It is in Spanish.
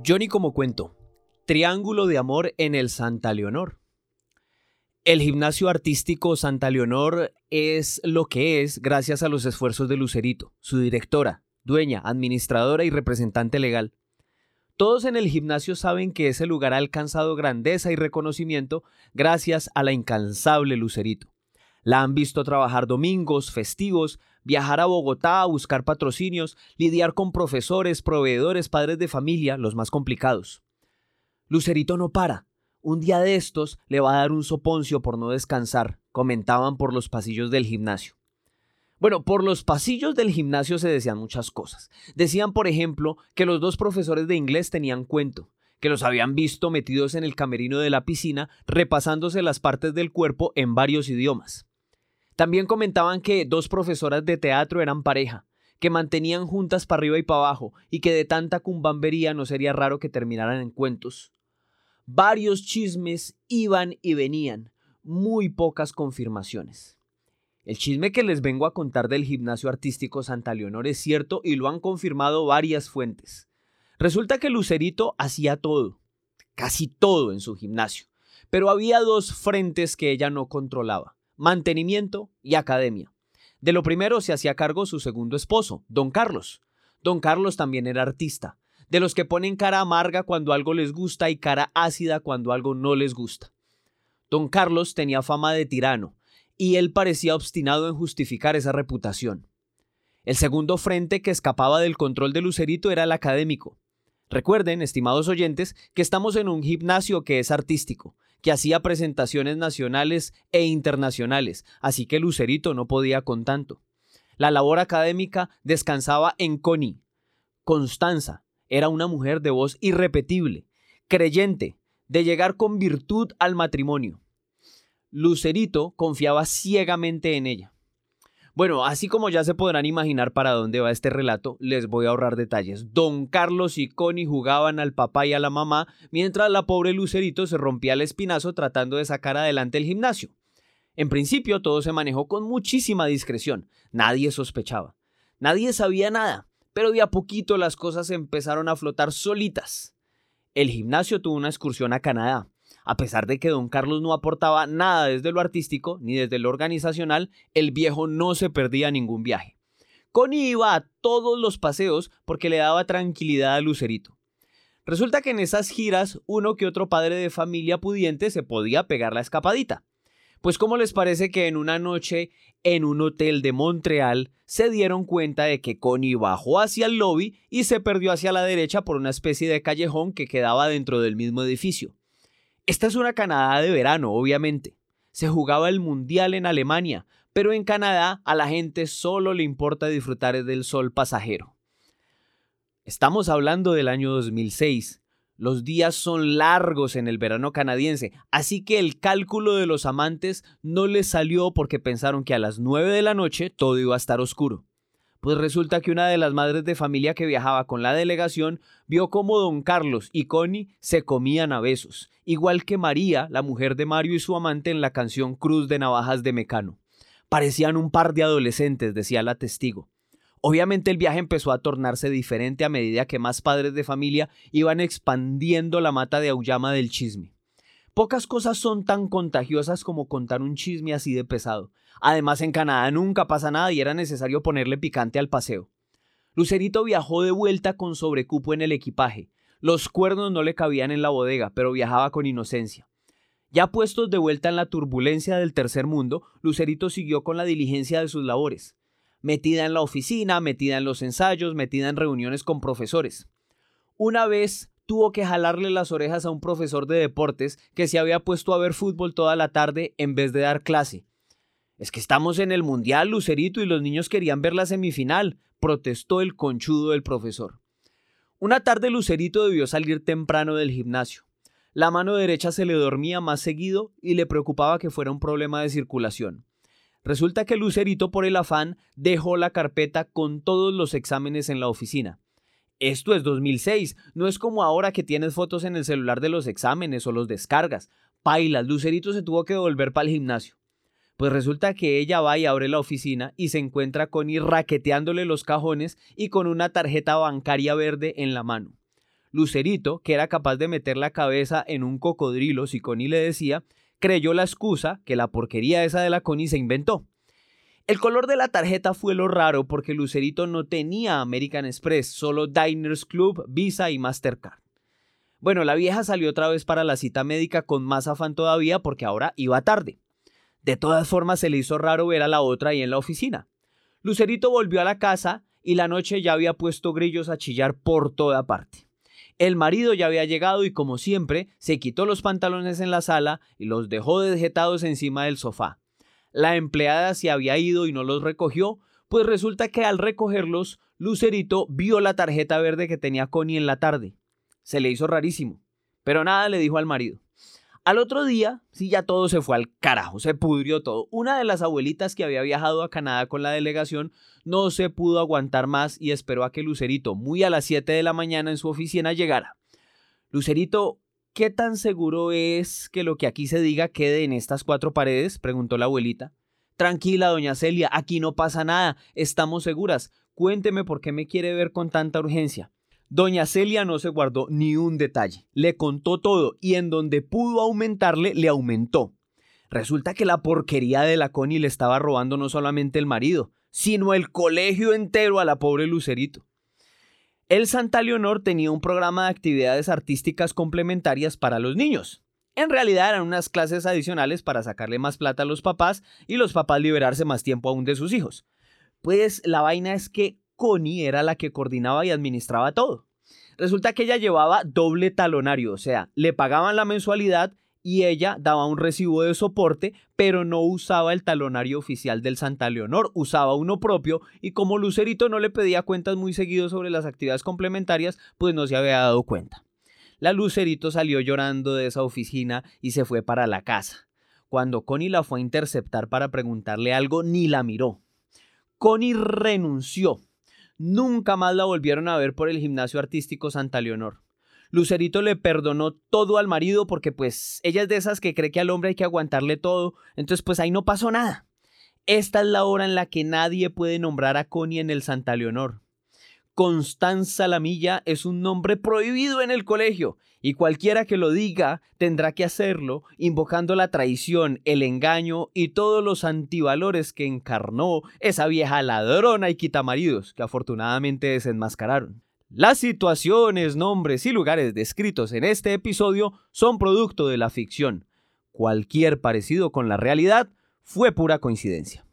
Johnny como cuento, Triángulo de Amor en el Santa Leonor. El gimnasio artístico Santa Leonor es lo que es gracias a los esfuerzos de Lucerito, su directora, dueña, administradora y representante legal. Todos en el gimnasio saben que ese lugar ha alcanzado grandeza y reconocimiento gracias a la incansable Lucerito. La han visto trabajar domingos, festivos, viajar a Bogotá a buscar patrocinios, lidiar con profesores, proveedores, padres de familia, los más complicados. Lucerito no para. Un día de estos le va a dar un soponcio por no descansar, comentaban por los pasillos del gimnasio. Bueno, por los pasillos del gimnasio se decían muchas cosas. Decían, por ejemplo, que los dos profesores de inglés tenían cuento, que los habían visto metidos en el camerino de la piscina, repasándose las partes del cuerpo en varios idiomas. También comentaban que dos profesoras de teatro eran pareja, que mantenían juntas para arriba y para abajo y que de tanta cumbambería no sería raro que terminaran en cuentos. Varios chismes iban y venían, muy pocas confirmaciones. El chisme que les vengo a contar del gimnasio artístico Santa Leonor es cierto y lo han confirmado varias fuentes. Resulta que Lucerito hacía todo, casi todo en su gimnasio, pero había dos frentes que ella no controlaba: mantenimiento y academia. De lo primero se hacía cargo su segundo esposo, don Carlos. Don Carlos también era artista, de los que ponen cara amarga cuando algo les gusta y cara ácida cuando algo no les gusta. Don Carlos tenía fama de tirano y él parecía obstinado en justificar esa reputación. El segundo frente que escapaba del control de Lucerito era el académico. Recuerden, estimados oyentes, que estamos en un gimnasio que es artístico, que hacía presentaciones nacionales e internacionales, así que Lucerito no podía con tanto. La labor académica descansaba en Connie. Constanza era una mujer de voz irrepetible, creyente, de llegar con virtud al matrimonio. Lucerito confiaba ciegamente en ella. Bueno, así como ya se podrán imaginar para dónde va este relato, les voy a ahorrar detalles. Don Carlos y Connie jugaban al papá y a la mamá, mientras la pobre Lucerito se rompía el espinazo tratando de sacar adelante el gimnasio. En principio todo se manejó con muchísima discreción, nadie sospechaba, nadie sabía nada, pero de a poquito las cosas empezaron a flotar solitas. El gimnasio tuvo una excursión a Canadá. A pesar de que don Carlos no aportaba nada desde lo artístico ni desde lo organizacional, el viejo no se perdía ningún viaje. Connie iba a todos los paseos porque le daba tranquilidad a Lucerito. Resulta que en esas giras uno que otro padre de familia pudiente se podía pegar la escapadita. Pues ¿cómo les parece que en una noche en un hotel de Montreal se dieron cuenta de que Connie bajó hacia el lobby y se perdió hacia la derecha por una especie de callejón que quedaba dentro del mismo edificio? Esta es una Canadá de verano, obviamente. Se jugaba el mundial en Alemania, pero en Canadá a la gente solo le importa disfrutar del sol pasajero. Estamos hablando del año 2006. Los días son largos en el verano canadiense, así que el cálculo de los amantes no les salió porque pensaron que a las 9 de la noche todo iba a estar oscuro. Pues resulta que una de las madres de familia que viajaba con la delegación vio cómo don Carlos y Connie se comían a besos, igual que María, la mujer de Mario y su amante en la canción Cruz de Navajas de Mecano. Parecían un par de adolescentes, decía la testigo. Obviamente el viaje empezó a tornarse diferente a medida que más padres de familia iban expandiendo la mata de auyama del chisme. Pocas cosas son tan contagiosas como contar un chisme así de pesado. Además, en Canadá nunca pasa nada y era necesario ponerle picante al paseo. Lucerito viajó de vuelta con sobrecupo en el equipaje. Los cuernos no le cabían en la bodega, pero viajaba con inocencia. Ya puestos de vuelta en la turbulencia del tercer mundo, Lucerito siguió con la diligencia de sus labores. Metida en la oficina, metida en los ensayos, metida en reuniones con profesores. Una vez tuvo que jalarle las orejas a un profesor de deportes que se había puesto a ver fútbol toda la tarde en vez de dar clase. «Es que estamos en el mundial, Lucerito, y los niños querían ver la semifinal», protestó el conchudo del profesor. Una tarde Lucerito debió salir temprano del gimnasio. La mano derecha se le dormía más seguido y le preocupaba que fuera un problema de circulación. Resulta que Lucerito, por el afán, dejó la carpeta con todos los exámenes en la oficina. Esto es 2006, no es como ahora que tienes fotos en el celular de los exámenes o los descargas. Pailas, Lucerito se tuvo que volver para el gimnasio. Pues resulta que ella va y abre la oficina y se encuentra con Connie raqueteándole los cajones y con una tarjeta bancaria verde en la mano. Lucerito, que era capaz de meter la cabeza en un cocodrilo si Connie le decía, creyó la excusa que la porquería esa de la Connie se inventó. El color de la tarjeta fue lo raro porque Lucerito no tenía American Express, solo Diners Club, Visa y Mastercard. Bueno, la vieja salió otra vez para la cita médica con más afán todavía porque ahora iba tarde. De todas formas se le hizo raro ver a la otra ahí en la oficina. Lucerito volvió a la casa y la noche ya había puesto grillos a chillar por toda parte. El marido ya había llegado y como siempre se quitó los pantalones en la sala y los dejó dejetados encima del sofá. La empleada se había ido y no los recogió, pues resulta que al recogerlos, Lucerito vio la tarjeta verde que tenía Connie en la tarde. Se le hizo rarísimo, pero nada le dijo al marido. Al otro día, sí, ya todo se fue al carajo, se pudrió todo. Una de las abuelitas que había viajado a Canadá con la delegación no se pudo aguantar más y esperó a que Lucerito, muy a las 7 de la mañana en su oficina, llegara. Lucerito, ¿qué tan seguro es que lo que aquí se diga quede en estas 4 paredes?, preguntó la abuelita. Tranquila, doña Celia, aquí no pasa nada, estamos seguras. Cuénteme por qué me quiere ver con tanta urgencia. Doña Celia no se guardó ni un detalle, le contó todo y en donde pudo aumentarle, le aumentó. Resulta que la porquería de la Connie le estaba robando no solamente el marido, sino el colegio entero a la pobre Lucerito. El Santa Leonor tenía un programa de actividades artísticas complementarias para los niños. En realidad eran unas clases adicionales para sacarle más plata a los papás y los papás liberarse más tiempo aún de sus hijos. Pues la vaina es que Connie era la que coordinaba y administraba todo. Resulta que ella llevaba doble talonario, o sea, le pagaban la mensualidad y ella daba un recibo de soporte, pero no usaba el talonario oficial del Santa Leonor, usaba uno propio y como Lucerito no le pedía cuentas muy seguido sobre las actividades complementarias, pues no se había dado cuenta. La Lucerito salió llorando de esa oficina y se fue para la casa. Cuando Connie la fue a interceptar para preguntarle algo, ni la miró. Connie renunció. Nunca más la volvieron a ver por el gimnasio artístico Santa Leonor. Lucerito le perdonó todo al marido porque pues ella es de esas que cree que al hombre hay que aguantarle todo, entonces pues ahí no pasó nada. Esta es la hora en la que nadie puede nombrar a Connie en el Santa Leonor. Constanza Lamilla es un nombre prohibido en el colegio y cualquiera que lo diga tendrá que hacerlo invocando la traición, el engaño y todos los antivalores que encarnó esa vieja ladrona y quitamaridos que afortunadamente desenmascararon. Las situaciones, nombres y lugares descritos en este episodio son producto de la ficción. Cualquier parecido con la realidad fue pura coincidencia.